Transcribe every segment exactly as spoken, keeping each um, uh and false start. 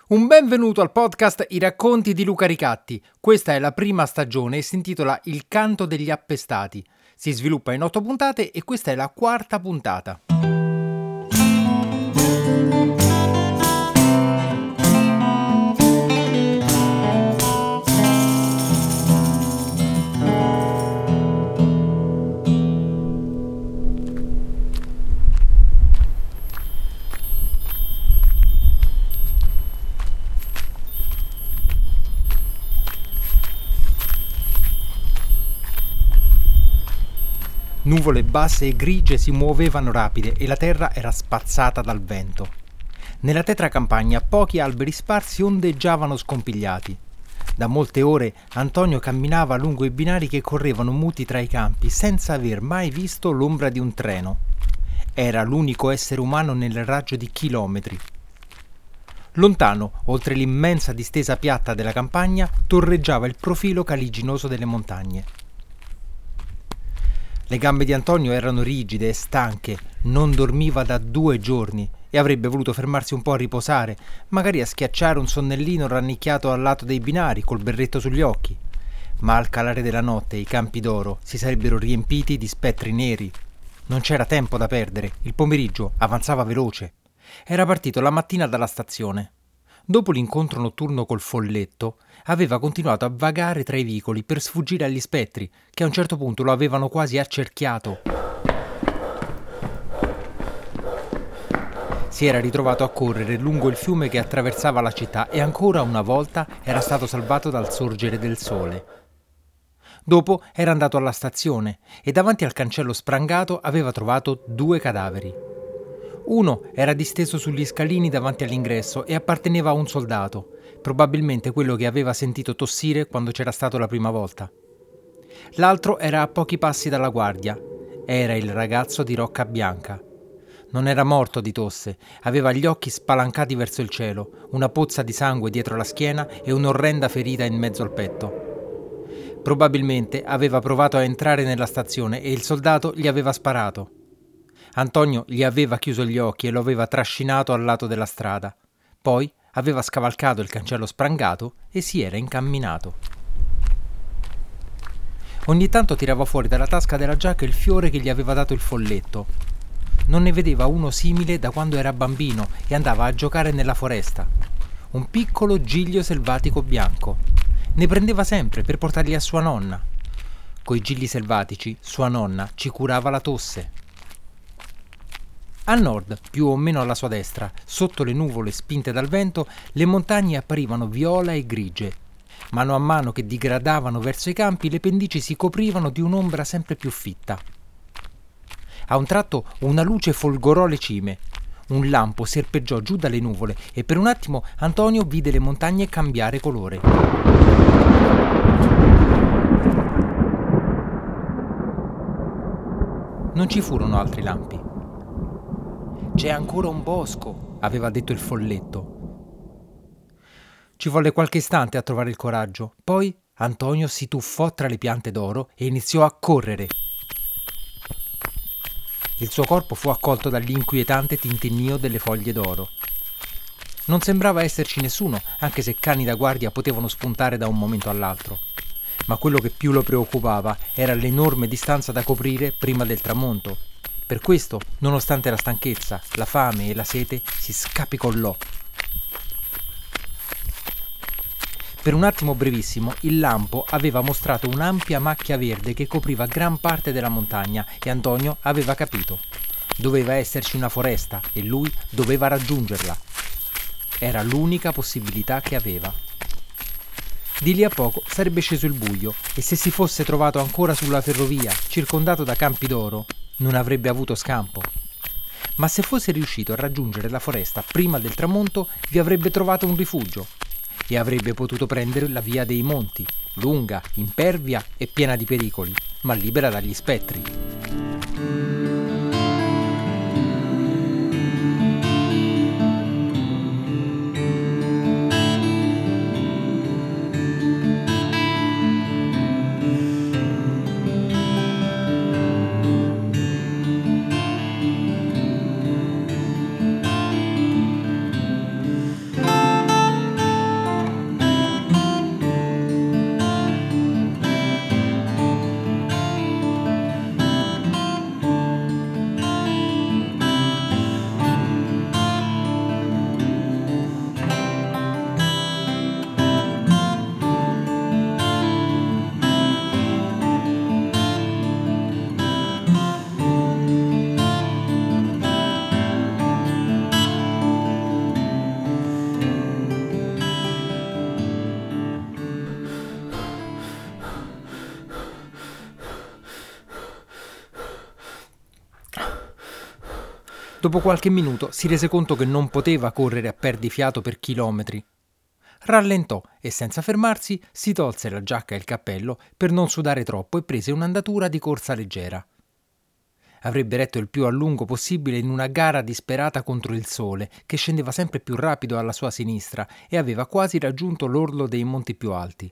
Un benvenuto al podcast I racconti di Luca Ricatti. Questa è la prima stagione e si intitola Il canto degli appestati. Si sviluppa in otto puntate e questa è la quarta puntata. Nuvole basse e grigie si muovevano rapide e la terra era spazzata dal vento. Nella tetra campagna pochi alberi sparsi ondeggiavano scompigliati. Da molte ore Antonio camminava lungo i binari che correvano muti tra i campi senza aver mai visto l'ombra di un treno. Era l'unico essere umano nel raggio di chilometri. Lontano, oltre l'immensa distesa piatta della campagna, torreggiava il profilo caliginoso delle montagne. Le gambe di Antonio erano rigide e stanche, non dormiva da due giorni e avrebbe voluto fermarsi un po' a riposare, magari a schiacciare un sonnellino rannicchiato al lato dei binari col berretto sugli occhi. Ma al calare della notte i campi d'oro si sarebbero riempiti di spettri neri. Non c'era tempo da perdere, il pomeriggio avanzava veloce. Era partito la mattina dalla stazione. Dopo l'incontro notturno col folletto, aveva continuato a vagare tra i vicoli per sfuggire agli spettri, che a un certo punto lo avevano quasi accerchiato. Si era ritrovato a correre lungo il fiume che attraversava la città e ancora una volta era stato salvato dal sorgere del sole. Dopo era andato alla stazione e davanti al cancello sprangato aveva trovato due cadaveri. Uno era disteso sugli scalini davanti all'ingresso e apparteneva a un soldato, probabilmente quello che aveva sentito tossire quando c'era stato la prima volta. L'altro era a pochi passi dalla guardia. Era il ragazzo di Rocca Bianca. Non era morto di tosse, aveva gli occhi spalancati verso il cielo, una pozza di sangue dietro la schiena e un'orrenda ferita in mezzo al petto. Probabilmente aveva provato a entrare nella stazione e il soldato gli aveva sparato. Antonio gli aveva chiuso gli occhi e lo aveva trascinato al lato della strada. Poi aveva scavalcato il cancello sprangato e si era incamminato. Ogni tanto tirava fuori dalla tasca della giacca il fiore che gli aveva dato il folletto. Non ne vedeva uno simile da quando era bambino e andava a giocare nella foresta. Un piccolo giglio selvatico bianco. Ne prendeva sempre per portarli a sua nonna. Coi gigli selvatici sua nonna ci curava la tosse. A nord, più o meno alla sua destra, sotto le nuvole spinte dal vento, le montagne apparivano viola e grigie. Mano a mano che digradavano verso i campi, le pendici si coprivano di un'ombra sempre più fitta. A un tratto una luce folgorò le cime. Un lampo serpeggiò giù dalle nuvole e per un attimo Antonio vide le montagne cambiare colore. Non ci furono altri lampi. «C'è ancora un bosco», aveva detto il folletto. Ci volle qualche istante a trovare il coraggio. Poi Antonio si tuffò tra le piante d'oro e iniziò a correre. Il suo corpo fu accolto dall'inquietante tintinnio delle foglie d'oro. Non sembrava esserci nessuno, anche se cani da guardia potevano spuntare da un momento all'altro. Ma quello che più lo preoccupava era l'enorme distanza da coprire prima del tramonto. Per questo, nonostante la stanchezza, la fame e la sete, si scapicollò. Per un attimo brevissimo, il lampo aveva mostrato un'ampia macchia verde che copriva gran parte della montagna e Antonio aveva capito. Doveva esserci una foresta e lui doveva raggiungerla. Era l'unica possibilità che aveva. Di lì a poco sarebbe sceso il buio e se si fosse trovato ancora sulla ferrovia, circondato da campi d'oro, non avrebbe avuto scampo. Ma se fosse riuscito a raggiungere la foresta prima del tramonto, vi avrebbe trovato un rifugio e avrebbe potuto prendere la via dei monti, lunga, impervia e piena di pericoli, ma libera dagli spettri. Dopo qualche minuto si rese conto che non poteva correre a perdifiato per chilometri. Rallentò e senza fermarsi si tolse la giacca e il cappello per non sudare troppo e prese un'andatura di corsa leggera. Avrebbe retto il più a lungo possibile in una gara disperata contro il sole, che scendeva sempre più rapido alla sua sinistra e aveva quasi raggiunto l'orlo dei monti più alti.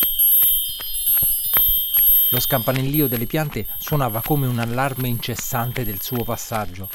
Lo scampanellio delle piante suonava come un allarme incessante del suo passaggio.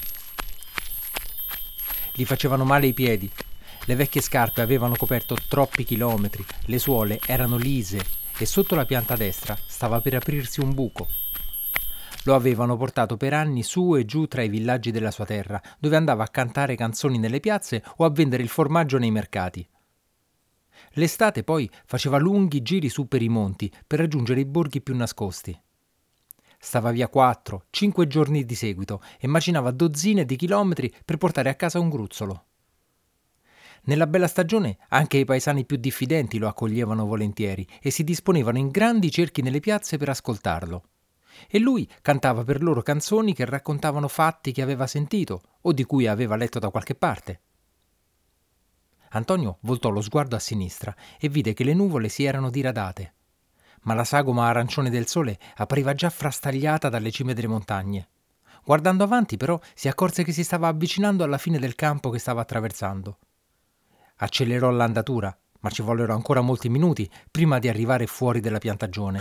Gli facevano male i piedi. Le vecchie scarpe avevano coperto troppi chilometri, le suole erano lise e sotto la pianta destra stava per aprirsi un buco. Lo avevano portato per anni su e giù tra i villaggi della sua terra, dove andava a cantare canzoni nelle piazze o a vendere il formaggio nei mercati. L'estate poi faceva lunghi giri su per i monti per raggiungere i borghi più nascosti. Stava via quattro, cinque giorni di seguito e macinava dozzine di chilometri per portare a casa un gruzzolo. Nella bella stagione anche i paesani più diffidenti lo accoglievano volentieri e si disponevano in grandi cerchi nelle piazze per ascoltarlo. E lui cantava per loro canzoni che raccontavano fatti che aveva sentito o di cui aveva letto da qualche parte. Antonio voltò lo sguardo a sinistra e vide che le nuvole si erano diradate, ma la sagoma arancione del sole appariva già frastagliata dalle cime delle montagne. Guardando avanti, però, si accorse che si stava avvicinando alla fine del campo che stava attraversando. Accelerò l'andatura, ma ci vollero ancora molti minuti prima di arrivare fuori della piantagione.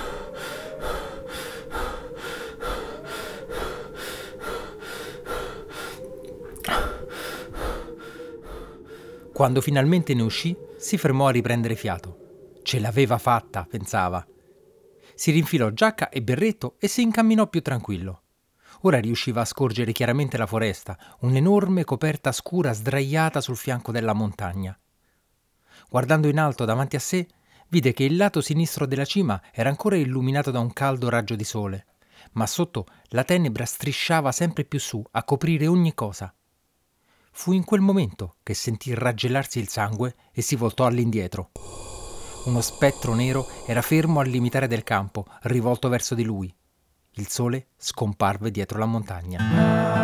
Quando finalmente ne uscì, si fermò a riprendere fiato. Ce l'aveva fatta, pensava. Si rinfilò giacca e berretto e si incamminò più tranquillo. Ora riusciva a scorgere chiaramente la foresta, un'enorme coperta scura sdraiata sul fianco della montagna. Guardando in alto davanti a sé, vide che il lato sinistro della cima era ancora illuminato da un caldo raggio di sole, ma sotto la tenebra strisciava sempre più su a coprire ogni cosa. Fu in quel momento che sentì raggelarsi il sangue e si voltò all'indietro. Uno spettro nero era fermo al limitare del campo, rivolto verso di lui. Il sole scomparve dietro la montagna.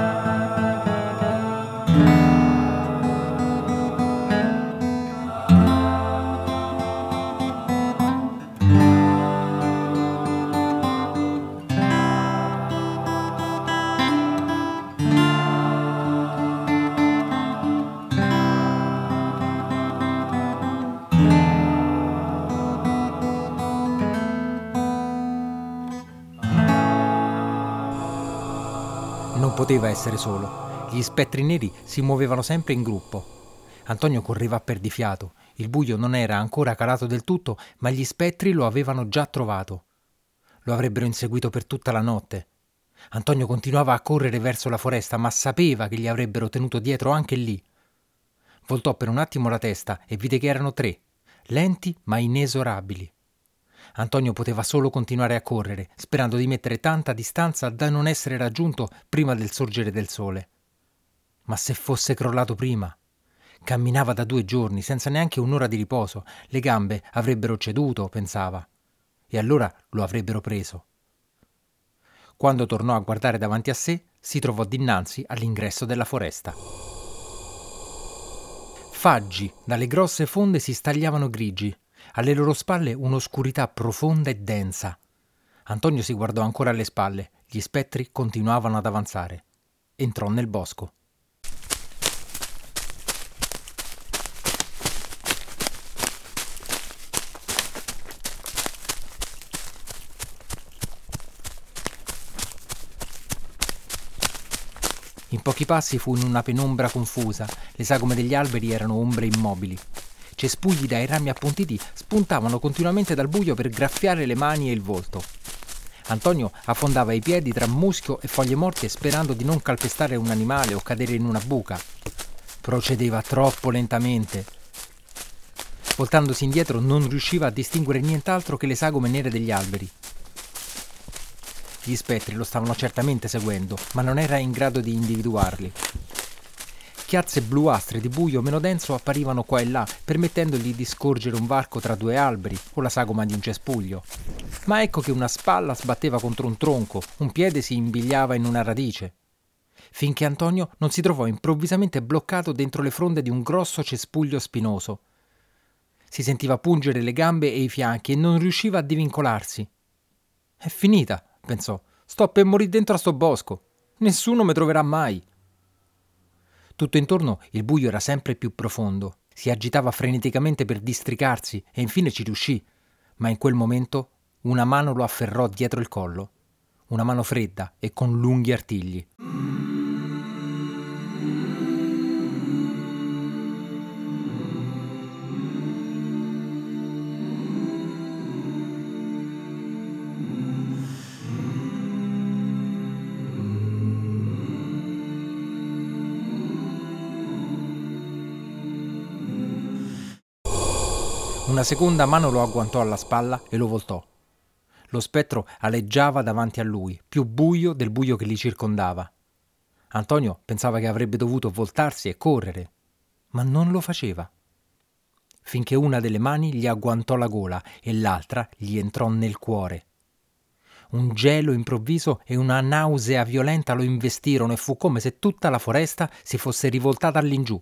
Non poteva essere solo. Gli spettri neri si muovevano sempre in gruppo. Antonio correva a perdifiato. Il buio non era ancora calato del tutto, ma gli spettri lo avevano già trovato. Lo avrebbero inseguito per tutta la notte. Antonio continuava a correre verso la foresta, ma sapeva che gli avrebbero tenuto dietro anche lì. Voltò per un attimo la testa e vide che erano tre, lenti ma inesorabili. Antonio poteva solo continuare a correre, sperando di mettere tanta distanza da non essere raggiunto prima del sorgere del sole. Ma se fosse crollato prima? Camminava da due giorni, senza neanche un'ora di riposo. Le gambe avrebbero ceduto, pensava. E allora lo avrebbero preso. Quando tornò a guardare davanti a sé, si trovò dinanzi all'ingresso della foresta. Faggi dalle grosse fonde si stagliavano grigi. Alle loro spalle un'oscurità profonda e densa. Antonio si guardò ancora alle spalle. Gli spettri continuavano ad avanzare. Entrò nel bosco. In pochi passi fu in una penombra confusa. Le sagome degli alberi erano ombre immobili. Cespugli dai rami appuntiti spuntavano continuamente dal buio per graffiare le mani e il volto. Antonio affondava i piedi tra muschio e foglie morte sperando di non calpestare un animale o cadere in una buca. Procedeva troppo lentamente. Voltandosi indietro non riusciva a distinguere nient'altro che le sagome nere degli alberi. Gli spettri lo stavano certamente seguendo, ma non era in grado di individuarli. Chiazze bluastre di buio meno denso apparivano qua e là, permettendogli di scorgere un varco tra due alberi o la sagoma di un cespuglio. Ma ecco che una spalla sbatteva contro un tronco, un piede si imbigliava in una radice. finché Antonio non si trovò improvvisamente bloccato dentro le fronde di un grosso cespuglio spinoso. Si sentiva pungere le gambe e i fianchi e non riusciva a divincolarsi. «È finita», pensò, «sto per morire dentro a sto bosco. Nessuno mi troverà mai». Tutto intorno il buio era sempre più profondo. Si agitava freneticamente per districarsi e infine ci riuscì. Ma in quel momento una mano lo afferrò dietro il collo. Una mano fredda e con lunghi artigli. Una seconda mano lo agguantò alla spalla e lo voltò. Lo spettro aleggiava davanti a lui, più buio del buio che li circondava. Antonio pensava che avrebbe dovuto voltarsi e correre, ma non lo faceva. Finché una delle mani gli agguantò la gola e l'altra gli entrò nel cuore. Un gelo improvviso e una nausea violenta lo investirono e fu come se tutta la foresta si fosse rivoltata all'ingiù.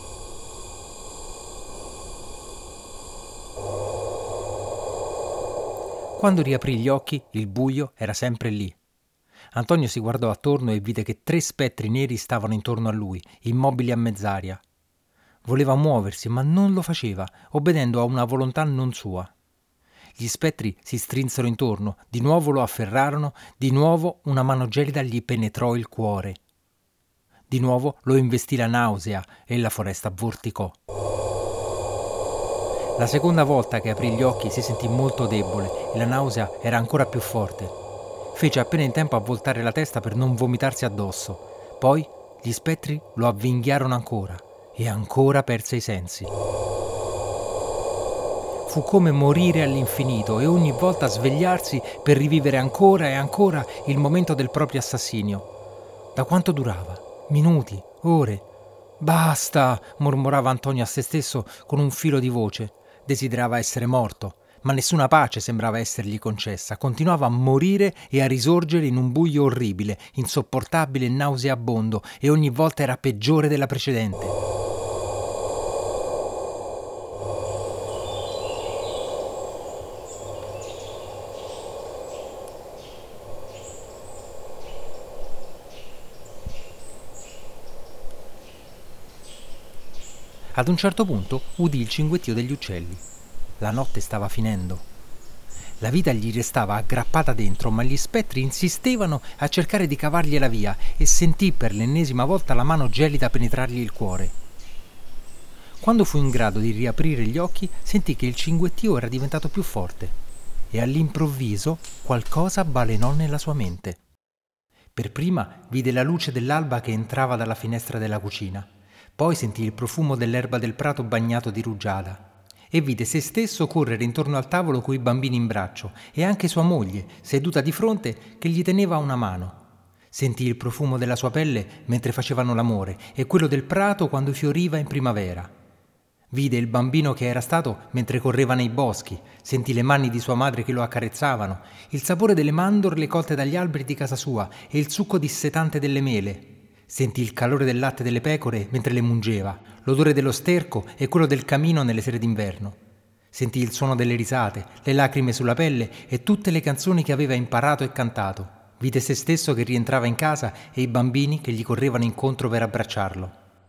Quando riaprì gli occhi, il buio era sempre lì. Antonio si guardò attorno e vide che tre spettri neri stavano intorno a lui, immobili a mezz'aria. Voleva muoversi, ma non lo faceva, obbedendo a una volontà non sua. Gli spettri si strinsero intorno, di nuovo lo afferrarono, di nuovo una mano gelida gli penetrò il cuore. Di nuovo lo investì la nausea e la foresta vorticò. La seconda volta che aprì gli occhi si sentì molto debole e la nausea era ancora più forte. Fece appena in tempo a voltare la testa per non vomitarsi addosso. Poi gli spettri lo avvinghiarono ancora e ancora perse i sensi. Fu come morire all'infinito e ogni volta svegliarsi per rivivere ancora e ancora il momento del proprio assassinio. Da quanto durava? Minuti? Ore? «Basta!» mormorava Antonio a se stesso con un filo di voce. Desiderava essere morto, ma nessuna pace sembrava essergli concessa. Continuava a morire e a risorgere in un buio orribile, insopportabile e nauseabondo, e ogni volta era peggiore della precedente. Ad un certo punto udì il cinguettio degli uccelli. La notte stava finendo. La vita gli restava aggrappata dentro, ma gli spettri insistevano a cercare di cavargliela via e sentì per l'ennesima volta la mano gelida penetrargli il cuore. Quando fu in grado di riaprire gli occhi, sentì che il cinguettio era diventato più forte e all'improvviso qualcosa balenò nella sua mente. Per prima vide la luce dell'alba che entrava dalla finestra della cucina. Poi sentì il profumo dell'erba del prato bagnato di rugiada e vide se stesso correre intorno al tavolo coi bambini in braccio e anche sua moglie, seduta di fronte, che gli teneva una mano. Sentì il profumo della sua pelle mentre facevano l'amore e quello del prato quando fioriva in primavera. Vide il bambino che era stato mentre correva nei boschi, sentì le mani di sua madre che lo accarezzavano, il sapore delle mandorle colte dagli alberi di casa sua e il succo dissetante delle mele. Sentì il calore del latte delle pecore mentre le mungeva, l'odore dello sterco e quello del camino nelle sere d'inverno. Sentì il suono delle risate, le lacrime sulla pelle e tutte le canzoni che aveva imparato e cantato. Vide se stesso che rientrava in casa e i bambini che gli correvano incontro per abbracciarlo.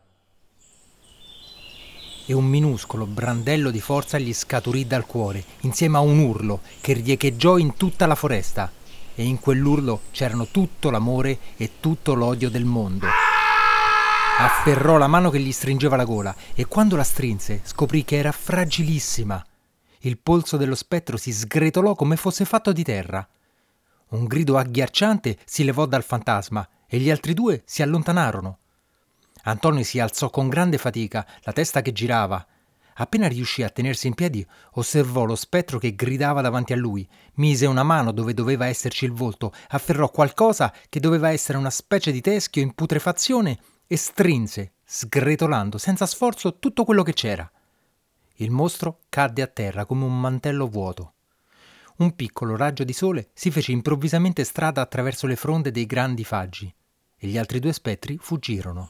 E un minuscolo brandello di forza gli scaturì dal cuore, insieme a un urlo che riecheggiò in tutta la foresta. E in quell'urlo c'erano tutto l'amore e tutto l'odio del mondo. Afferrò la mano che gli stringeva la gola e quando la strinse scoprì che era fragilissima. Il polso dello spettro si sgretolò come fosse fatto di terra. Un grido agghiacciante si levò dal fantasma e gli altri due si allontanarono. Antonio si alzò con grande fatica, la testa che girava. Appena riuscì a tenersi in piedi, osservò lo spettro che gridava davanti a lui, mise una mano dove doveva esserci il volto, afferrò qualcosa che doveva essere una specie di teschio in putrefazione e strinse, sgretolando senza sforzo tutto quello che c'era. Il mostro cadde a terra come un mantello vuoto. Un piccolo raggio di sole si fece improvvisamente strada attraverso le fronde dei grandi faggi e gli altri due spettri fuggirono.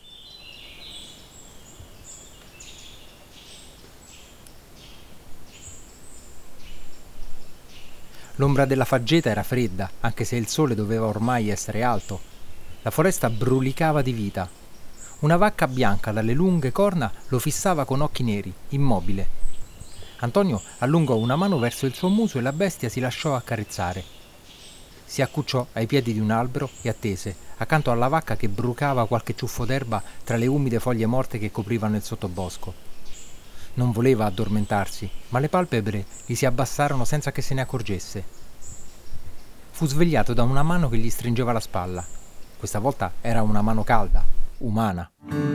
L'ombra della faggeta era fredda, anche se il sole doveva ormai essere alto. La foresta brulicava di vita. Una vacca bianca dalle lunghe corna lo fissava con occhi neri, immobile. Antonio allungò una mano verso il suo muso e la bestia si lasciò accarezzare. Si accucciò ai piedi di un albero e attese, accanto alla vacca che brucava qualche ciuffo d'erba tra le umide foglie morte che coprivano il sottobosco. Non voleva addormentarsi, ma le palpebre gli si abbassarono senza che se ne accorgesse. Fu svegliato da una mano che gli stringeva la spalla. Questa volta era una mano calda, umana.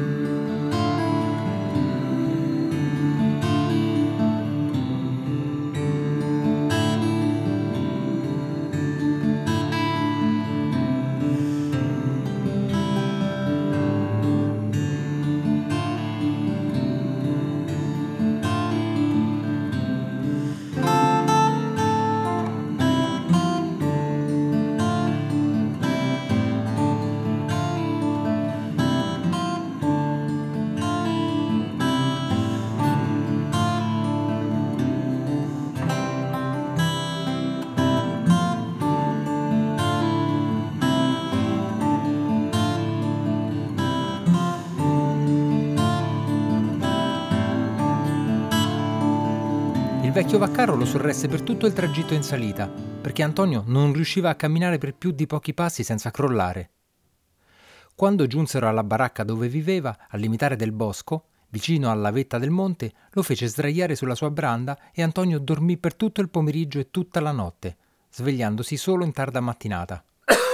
Il vecchio vaccaro lo sorresse per tutto il tragitto in salita, perché Antonio non riusciva a camminare per più di pochi passi senza crollare. Quando giunsero alla baracca dove viveva, al limitare del bosco, vicino alla vetta del monte, lo fece sdraiare sulla sua branda e Antonio dormì per tutto il pomeriggio e tutta la notte, svegliandosi solo in tarda mattinata.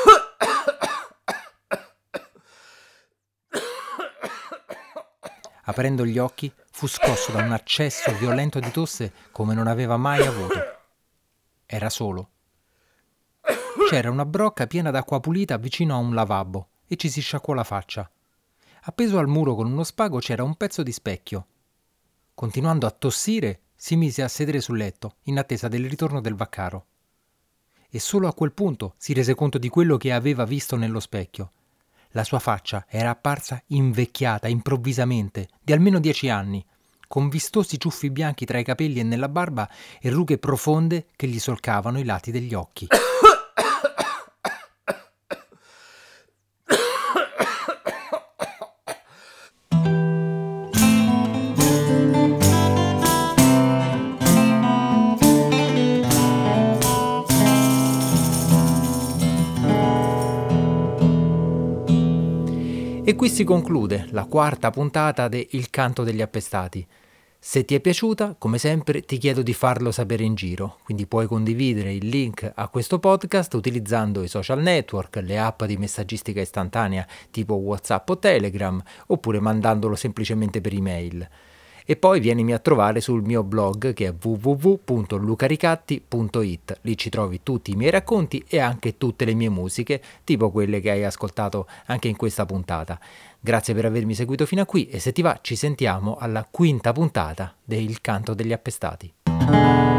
Aprendo gli occhi, fu scosso da un accesso violento di tosse come non aveva mai avuto. Era solo. C'era una brocca piena d'acqua pulita vicino a un lavabo e ci si sciacquò la faccia. Appeso al muro con uno spago c'era un pezzo di specchio. Continuando a tossire, si mise a sedere sul letto, in attesa del ritorno del vaccaro. E solo a quel punto si rese conto di quello che aveva visto nello specchio. La sua faccia era apparsa invecchiata improvvisamente, di almeno dieci anni, con vistosi ciuffi bianchi tra i capelli e nella barba e rughe profonde che gli solcavano i lati degli occhi. E qui si conclude la quarta puntata de Il canto degli appestati. Se ti è piaciuta, come sempre, ti chiedo di farlo sapere in giro, quindi puoi condividere il link a questo podcast utilizzando i social network, le app di messaggistica istantanea tipo WhatsApp o Telegram, oppure mandandolo semplicemente per email. E poi vienimi a trovare sul mio blog che è w w w punto lucaricatti punto i t. Lì ci trovi tutti i miei racconti e anche tutte le mie musiche, tipo quelle che hai ascoltato anche in questa puntata. Grazie per avermi seguito fino a qui e se ti va ci sentiamo alla quinta puntata de Il canto degli appestati.